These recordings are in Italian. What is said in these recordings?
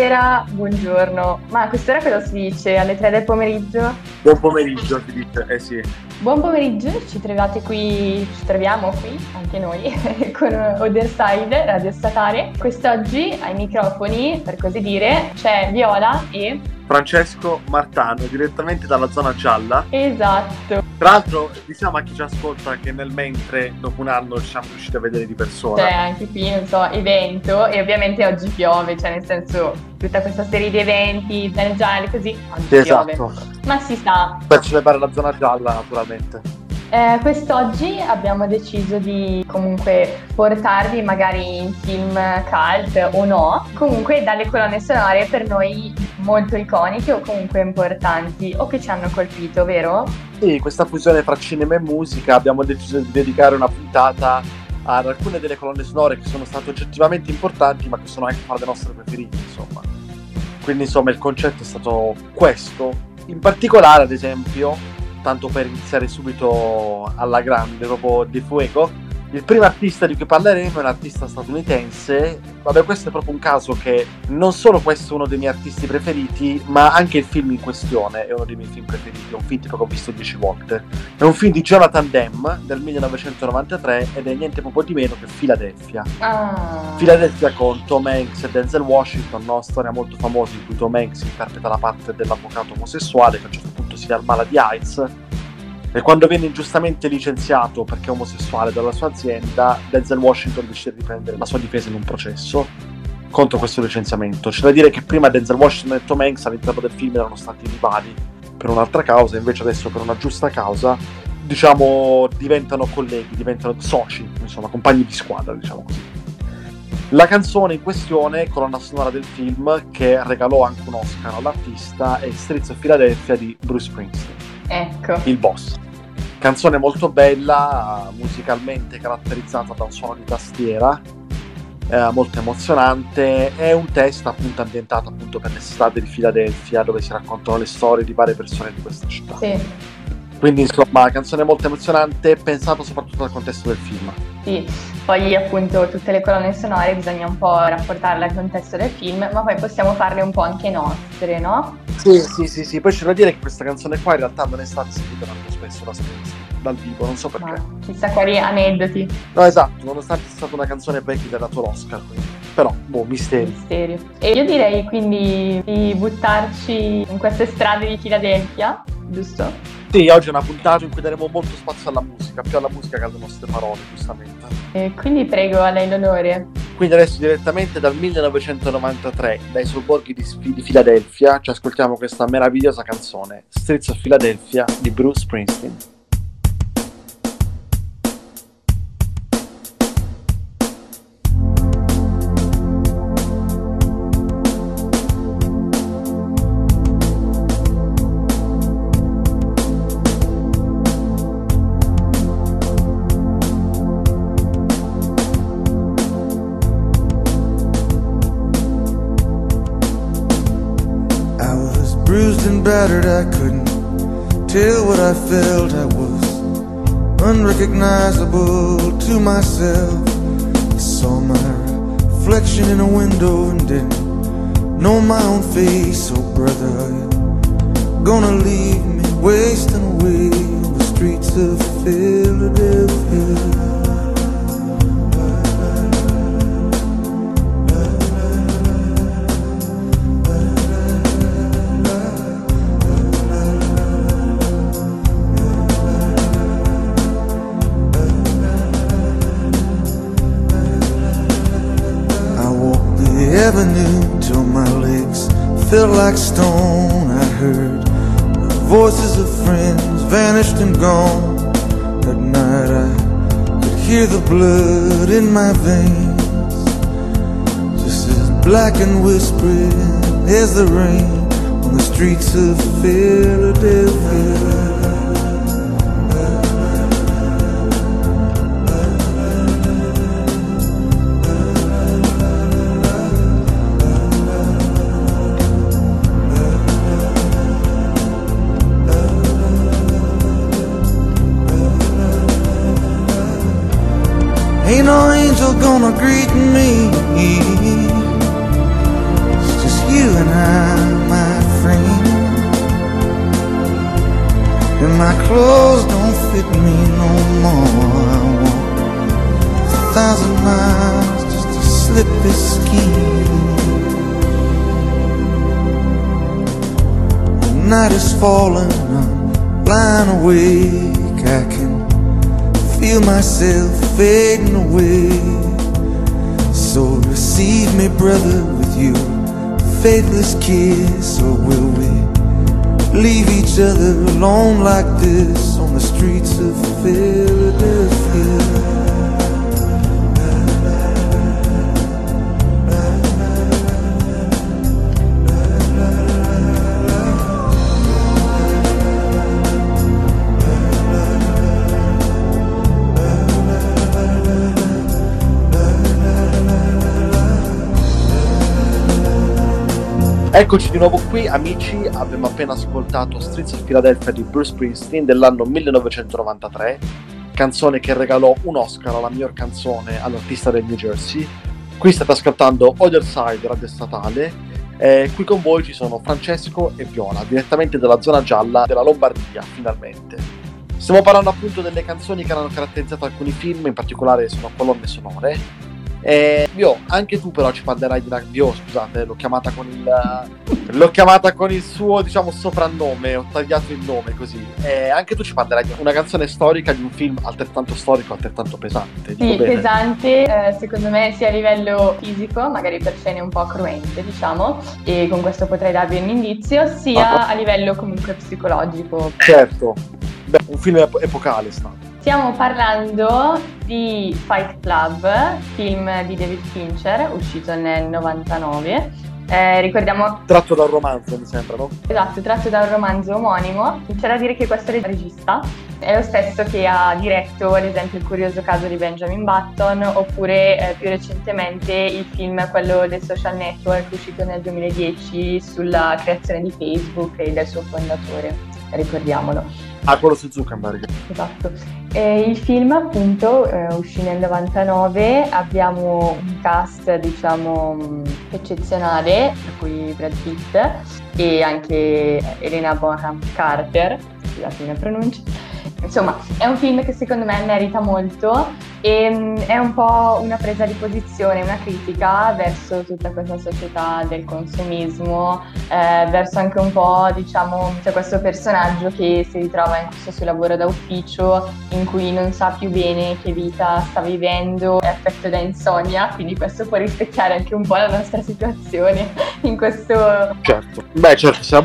Buonasera, buongiorno. Ma a quest'ora cosa si dice? Alle 3 del pomeriggio? Buon pomeriggio, si dice, eh sì. Buon pomeriggio, ci troviamo qui, anche noi, con Otherside, Radio Statale. Quest'oggi ai microfoni, per così dire, c'è Viola e... Francesco Martano, direttamente dalla zona gialla. Esatto. Tra l'altro, diciamo a chi ci ascolta che nel mentre, dopo un anno, ci siamo riusciti a vedere di persona. C'è anche qui, non so, evento, e ovviamente oggi piove, cioè nel senso, tutta questa serie di eventi, zaneggiali, così, oggi Esatto. piove. Ma si sa. Per celebrare la zona gialla, naturalmente. Quest'oggi abbiamo deciso di comunque portarvi magari in film cult o no, comunque dalle colonne sonore per noi molto iconiche o comunque importanti o che ci hanno colpito, vero? Sì, questa fusione tra cinema e musica, abbiamo deciso di dedicare una puntata ad alcune delle colonne sonore che sono state oggettivamente importanti ma che sono anche fra le nostre preferite, insomma. Quindi insomma il concetto è stato questo. In particolare, ad esempio, tanto per iniziare subito alla grande, proprio di fuego, il primo artista di cui parleremo è un artista statunitense. Vabbè, questo è proprio un caso che non solo questo è uno dei miei artisti preferiti, ma anche il film in questione è uno dei miei film preferiti. È un film tipo che ho visto 10 volte. È un film di Jonathan Demme del 1993 ed è niente proprio di meno che Philadelphia. Philadelphia con Tom Hanks e Denzel Washington, no? Storia molto famosa in cui Tom Hanks interpreta la parte dell'avvocato omosessuale che a un certo punto si ammala di AIDS. E quando viene ingiustamente licenziato perché è omosessuale dalla sua azienda, Denzel Washington decide di prendere la sua difesa in un processo contro questo licenziamento. C'è da dire che prima Denzel Washington e Tom Hanks all'interno del film erano stati rivali per un'altra causa, invece adesso per una giusta causa, diciamo, diventano colleghi, diventano soci, insomma, compagni di squadra, diciamo così. La canzone in questione, colonna sonora del film, che regalò anche un Oscar all'artista, è Streets of Philadelphia di Bruce Springsteen. Ecco. Il boss. Canzone molto bella, musicalmente caratterizzata da un suono di tastiera, molto emozionante. È un testo appunto ambientato appunto per le strade di Filadelfia, dove si raccontano le storie di varie persone di questa città. Sì. Quindi insomma, canzone molto emozionante, pensata soprattutto dal contesto del film. Sì, poi appunto tutte le colonne sonore bisogna un po' rapportarle al contesto del film, ma poi possiamo farle un po' anche nostre, no? Sì. Poi c'è da dire che questa canzone qua in realtà non è stata seguita tanto spesso da Springsteen dal vivo, non so perché. Ma chissà quali aneddoti. No, esatto, nonostante sia stata una canzone poi che gli ha dato l'Oscar, quindi. Però, mistero. E io direi quindi di buttarci in queste strade di Filadelfia, giusto? Sì, oggi è una puntata in cui daremo molto spazio alla musica, più alla musica che alle nostre parole, giustamente. E quindi prego, a lei l'onore. Quindi adesso direttamente dal 1993, dai sobborghi di Filadelfia, ci ascoltiamo questa meravigliosa canzone, Streets of Philadelphia di Bruce Springsteen. Bruised and battered, I couldn't tell what I felt. I was unrecognizable to myself. I saw my reflection in a window and didn't know my own face. Oh brother, are you gonna leave me wasting away on the streets of Philadelphia? Avenue till my legs felt like stone. I heard the voices of friends vanished and gone. That night I could hear the blood in my veins, just as black and whispering as the rain on the streets of Philadelphia. Ain't no angel gonna greet me. It's just you and I, my friend. And my clothes don't fit me no more. I walk 1,000 miles just to slip this skin. The night is falling, I'm lying awake. I can feel myself fading away. So receive me, brother, with your faithless kiss. Or will we leave each other alone like this on the streets of Philadelphia? Eccoci di nuovo qui, amici. Abbiamo appena ascoltato Streets of Philadelphia di Bruce Springsteen dell'anno 1993, canzone che regalò un Oscar alla miglior canzone all'artista del New Jersey. Qui state ascoltando Other Side, radio statale. Qui con voi ci sono Francesco e Viola, direttamente dalla zona gialla della Lombardia, finalmente. Stiamo parlando appunto delle canzoni che hanno caratterizzato alcuni film, in particolare sono colonne sonore. Anche tu però ci parlerai di una... scusate, l'ho chiamata con il suo, diciamo, soprannome, ho tagliato il nome così. Anche tu ci parlerai di una canzone storica di un film altrettanto storico, altrettanto pesante. Sì, pesante, secondo me sia a livello fisico, magari per scene un po' cruente, diciamo, e con questo potrei darvi un indizio, sia a livello comunque psicologico. Certo, un film epocale stato. Stiamo parlando di Fight Club, film di David Fincher, uscito nel 99. Ricordiamo... Tratto da un romanzo, mi sembra, no? Esatto, tratto da un romanzo omonimo. C'è da dire che questo regista è lo stesso che ha diretto, ad esempio, Il curioso caso di Benjamin Button, oppure più recentemente il film, quello del Social Network, uscito nel 2010, sulla creazione di Facebook e del suo fondatore, ricordiamolo. Quello su Zuckerberg. Esatto. Il film appunto uscì nel 99, abbiamo un cast diciamo eccezionale, tra cui Brad Pitt e anche Helena Bonham Carter, scusate la pronuncia. Insomma, è un film che secondo me merita molto e è un po' una presa di posizione, una critica verso tutta questa società del consumismo, verso anche un po', diciamo, c'è questo personaggio che si ritrova in questo suo lavoro da ufficio in cui non sa più bene che vita sta vivendo, è affetto da insonnia, quindi questo può rispecchiare anche un po' la nostra situazione in questo... Certo, certo, se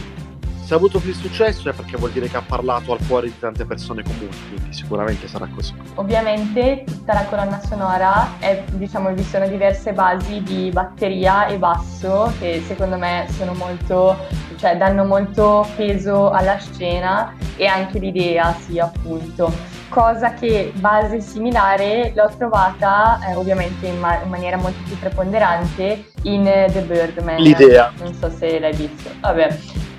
ha avuto più successo è perché vuol dire che ha parlato al cuore di tante persone comuni, quindi sicuramente sarà così. Ovviamente tutta la colonna sonora è, diciamo, vi sono diverse basi di batteria e basso che secondo me sono molto, cioè danno molto peso alla scena e anche l'idea, sì, appunto. Cosa che base similare l'ho trovata ovviamente in maniera molto più preponderante in The Birdman. L'idea. Non so se l'hai visto. Vabbè.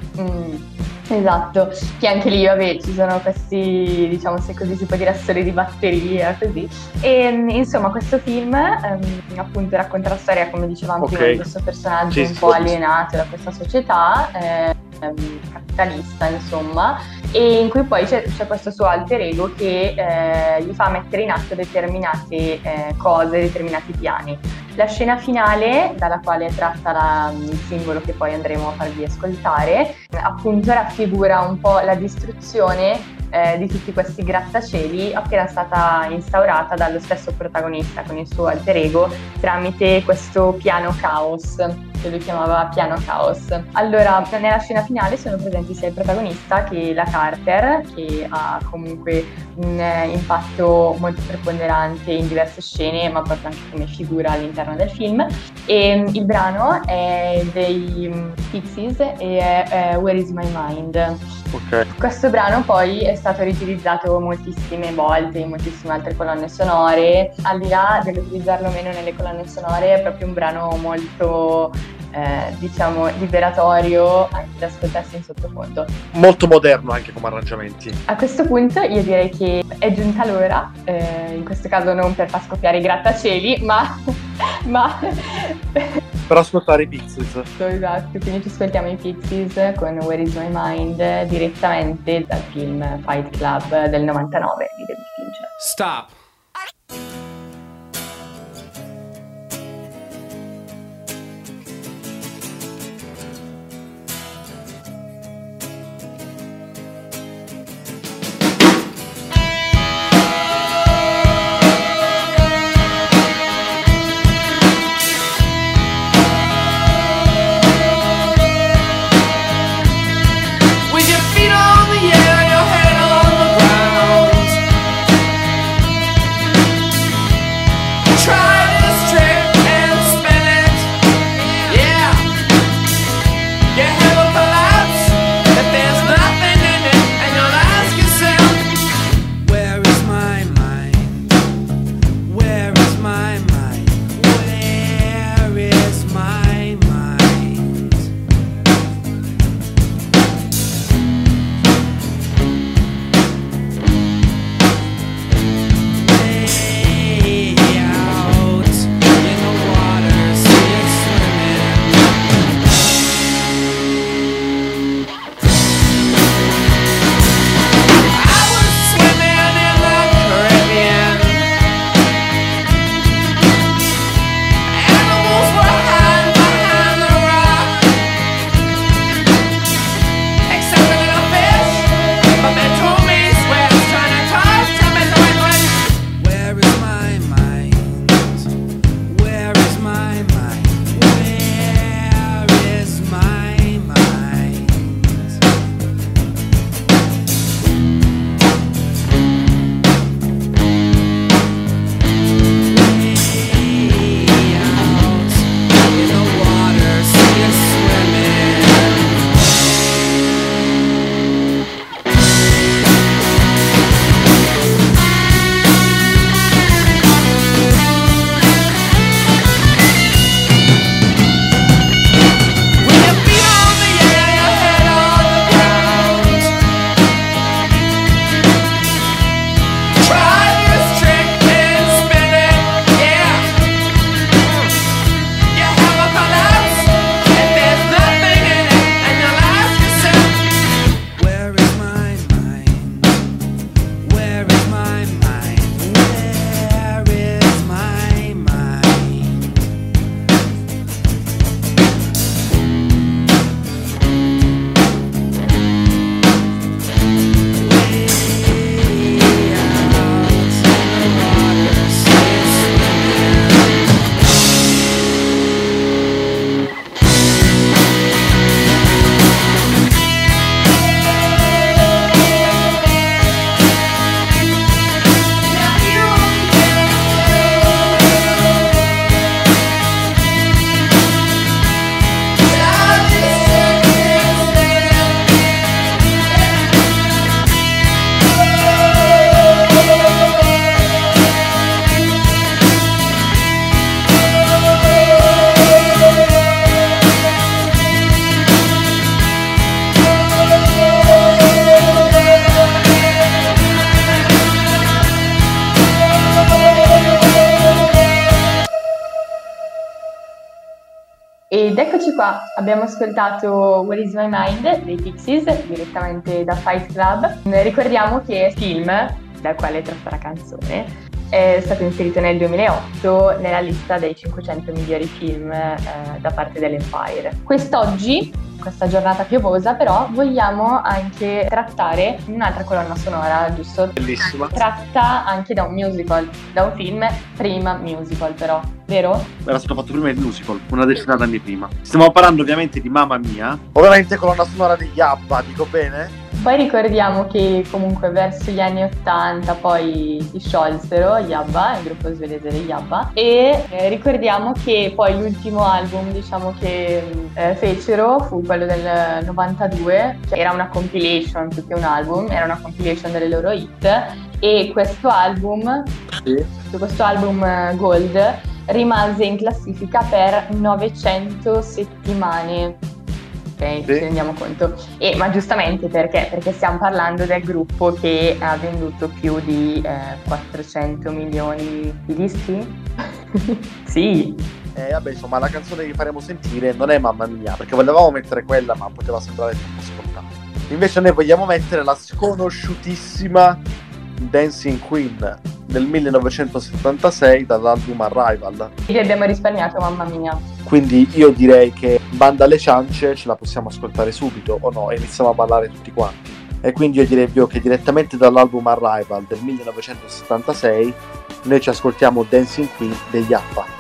Esatto, che anche lì vabbè ci sono questi, diciamo, se così si può dire, assoli di batteria così, e insomma questo film appunto racconta la storia, come dicevamo prima, di questo personaggio un po' alienato da questa società capitalista, insomma, e in cui poi c'è questo suo alter ego che gli fa mettere in atto determinate cose, determinati piani. La scena finale, dalla quale è tratta il singolo che poi andremo a farvi ascoltare, appunto raffigura un po' la distruzione di tutti questi grattacieli appena stata instaurata dallo stesso protagonista con il suo alter ego tramite questo piano caos, che lui chiamava piano caos. Allora, nella scena finale sono presenti sia il protagonista che la Carter, che ha comunque un impatto molto preponderante in diverse scene, ma proprio anche come figura all'interno del film. E il brano è dei Pixies e è Where is my mind? Okay. Questo brano poi è stato riutilizzato moltissime volte in moltissime altre colonne sonore. Al di là dell'utilizzarlo o meno nelle colonne sonore, è proprio un brano molto diciamo liberatorio anche da ascoltarsi in sottofondo. Molto moderno anche come arrangiamenti. A questo punto io direi che è giunta l'ora, in questo caso non per far scoppiare i grattacieli, ma per ascoltare i Pixies. Esatto, quindi ci ascoltiamo i Pixies con Where is my mind direttamente dal film Fight Club del 99 di David Fincher. Stop. Ed eccoci qua, abbiamo ascoltato Where is my mind dei Pixies direttamente da Fight Club. Ricordiamo che il film dal quale è tratta la canzone è stato inserito nel 2008 nella lista dei 500 migliori film da parte dell'Empire. Quest'oggi, questa giornata piovosa, però vogliamo anche trattare un'altra colonna sonora, giusto? Bellissima. Tratta anche da un musical, da un film prima musical però, vero? Era stato fatto prima il musical, una decina d'anni prima. Stiamo parlando ovviamente di Mamma Mia, ovviamente colonna sonora degli ABBA, dico bene? Poi ricordiamo che comunque verso gli anni 80 poi si sciolsero gli ABBA, il gruppo svedese degli ABBA, e ricordiamo che poi l'ultimo album, diciamo, che fecero fu quello del 92, cioè era una compilation più che un album, era una compilation delle loro hit, e questo album, Gold, rimase in classifica per 900 settimane. Ok, ci rendiamo conto. Ma giustamente perché stiamo parlando del gruppo che ha venduto più di 400 milioni di dischi? Sì, E vabbè, insomma, la canzone che faremo sentire non è Mamma Mia, perché volevamo mettere quella, ma poteva sembrare troppo scontata. Invece noi vogliamo mettere la sconosciutissima Dancing Queen del 1976 dall'album Arrival. Quindi abbiamo risparmiato Mamma Mia. Quindi io direi che Banda alle ciance ce la possiamo ascoltare subito, o no? E iniziamo a ballare tutti quanti. E quindi io direi che direttamente dall'album Arrival del 1976 noi ci ascoltiamo Dancing Queen degli Appa.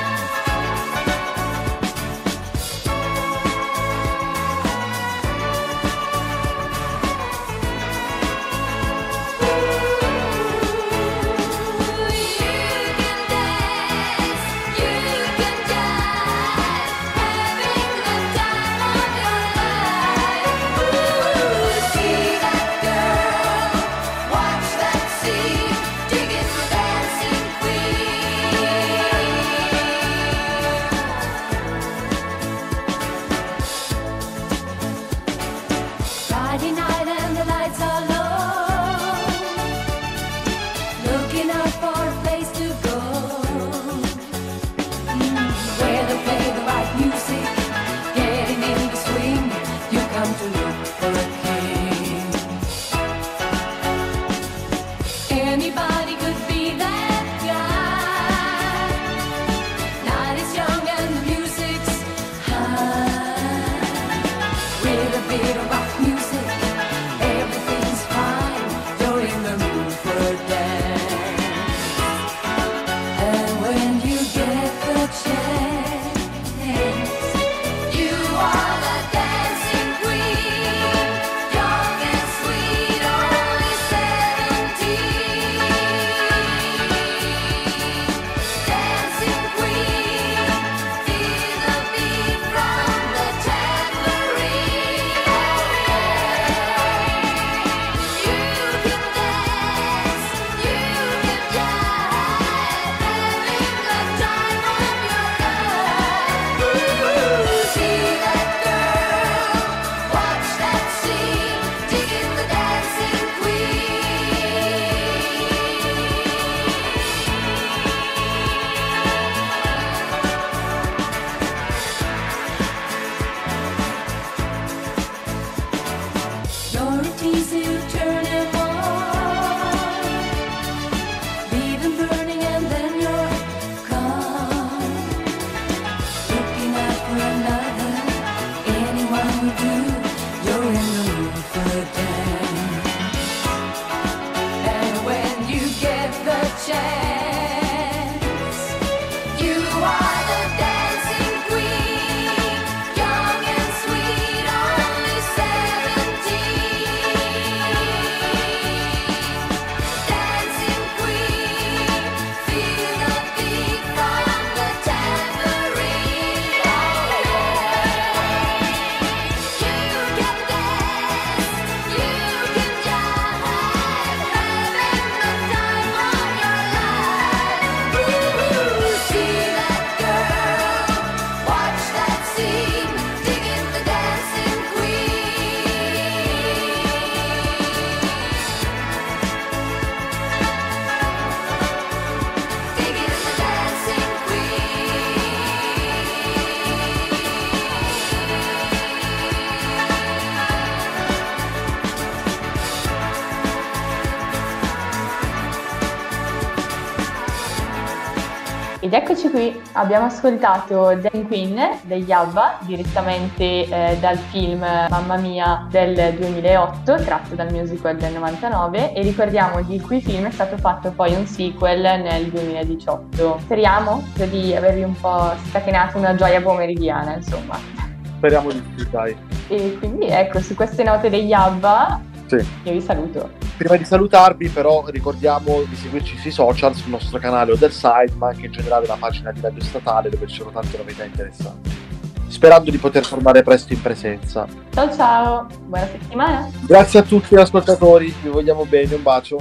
Ed eccoci qui, abbiamo ascoltato Dancing Queen degli ABBA direttamente dal film Mamma Mia del 2008, tratto dal musical del 99, e ricordiamo di cui film è stato fatto poi un sequel nel 2018. Speriamo di avervi un po' scatenato una gioia pomeridiana, insomma. Speriamo di sì, dai. E quindi ecco, su queste note degli ABBA io vi saluto. Prima di salutarvi però ricordiamo di seguirci sui social, sul nostro canale o del site, ma anche in generale la pagina di Radio Statale, dove ci sono tante novità interessanti. Sperando di poter tornare presto in presenza. Ciao ciao, buona settimana. Grazie a tutti gli ascoltatori, vi vogliamo bene, un bacio.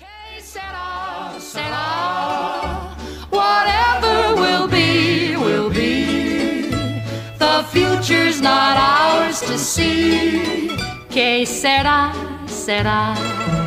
Whatever will be, will be. The future's not ours to see. Que será, será.